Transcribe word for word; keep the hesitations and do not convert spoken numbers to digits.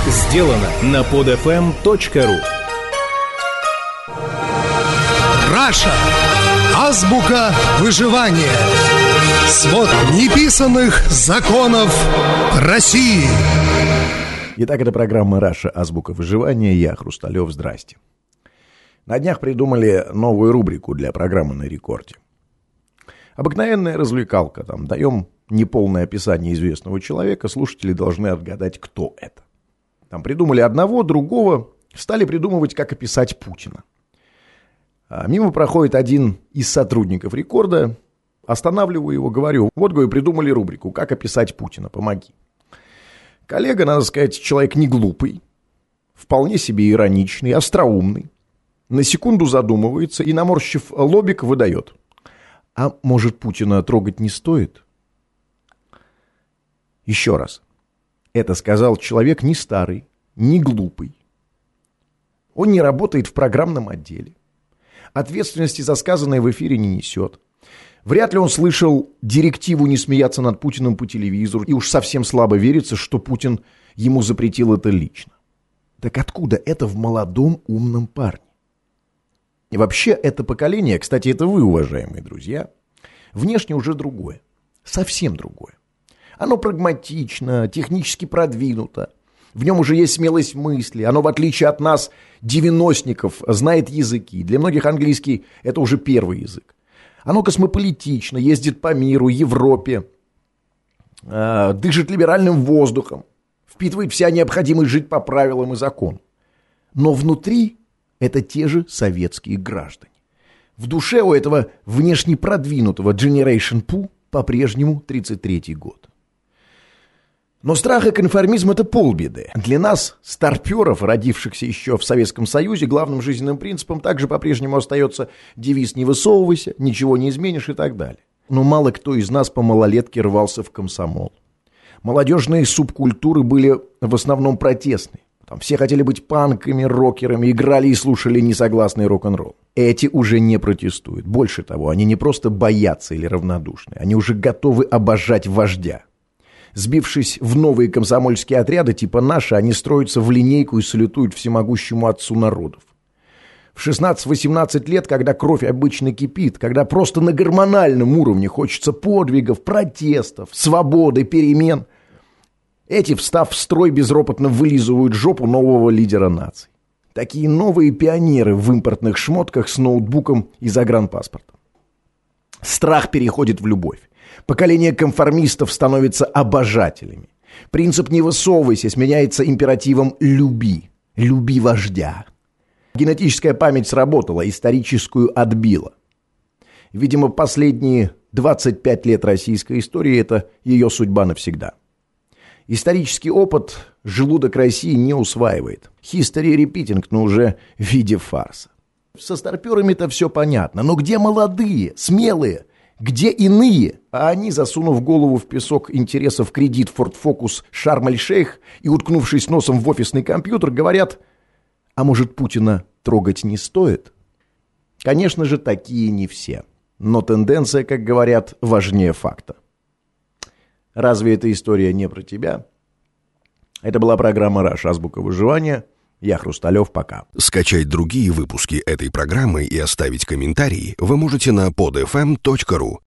Сделано на подфм точка ру. Раша. Азбука выживания. Свод неписанных законов России. Итак, это программа «Раша. Азбука выживания». Я Хрусталев. Здрасте. На днях придумали новую рубрику для программы «На рекорде». Обыкновенная развлекалка. Там даем неполное описание известного человека, слушатели должны отгадать, кто это. Там придумали одного, другого, стали придумывать, как описать Путина. А мимо проходит один из сотрудников рекорда, останавливаю его, говорю: вот, говорю, придумали рубрику «Как описать Путина, помоги». Коллега, надо сказать, человек не глупый, вполне себе ироничный, остроумный, на секунду задумывается и, наморщив лобик, выдает: а может, Путина трогать не стоит? Еще раз. Это сказал человек не старый, не глупый. Он не работает в программном отделе. Ответственности за сказанное в эфире не несет. Вряд ли он слышал директиву не смеяться над Путиным по телевизору, и уж совсем слабо верится, что Путин ему запретил это лично. Так откуда это в молодом умном парне? И вообще это поколение, кстати, это вы, уважаемые друзья, внешне уже другое, совсем другое. Оно прагматично, технически продвинуто, в нем уже есть смелость мысли, оно, в отличие от нас, девяностников, знает языки. Для многих английский – это уже первый язык. Оно космополитично, ездит по миру, Европе, э, дышит либеральным воздухом, впитывает вся необходимость жить по правилам и законам. Но внутри это те же советские граждане. В душе у этого внешне продвинутого Generation Пу по-прежнему тридцать третий год. Но страх и конформизм – это полбеды. Для нас, старперов, родившихся еще в Советском Союзе, главным жизненным принципом также по-прежнему остается девиз «не высовывайся», «ничего не изменишь» и так далее. Но мало кто из нас по малолетке рвался в комсомол. Молодежные субкультуры были в основном протестные. Там все хотели быть панками, рокерами, играли и слушали несогласный рок-н-ролл. Эти уже не протестуют. Больше того, они не просто боятся или равнодушны, они уже готовы обожать вождя. Сбившись в новые комсомольские отряды типа «Наши», они строятся в линейку и салютуют всемогущему отцу народов. В шестнадцать-восемнадцать лет, когда кровь обычно кипит, когда просто на гормональном уровне хочется подвигов, протестов, свободы, перемен, эти, встав в строй, безропотно вылизывают жопу нового лидера нации. Такие новые пионеры в импортных шмотках с ноутбуком и загранпаспортом. Страх переходит в любовь. Поколение конформистов становится обожателями. Принцип «не высовывайся» сменяется императивом «люби». «Люби вождя». Генетическая память сработала, историческую отбила. Видимо, последние двадцать пять лет российской истории – это ее судьба навсегда. Исторический опыт желудок России не усваивает. History repeating, но уже в виде фарса. Со старперами-то все понятно, но где молодые, смелые? Где иные? А они, засунув голову в песок интересов кредит Ford Focus Шарм-эль-Шейх и уткнувшись носом в офисный компьютер, говорят: а может, Путина трогать не стоит? Конечно же, такие не все. Но тенденция, как говорят, важнее факта. Разве эта история не про тебя? Это была программа «Раша. Азбука выживания». Я Хрусталев, пока. Скачать другие выпуски этой программы и оставить комментарии вы можете на подфм точка ру.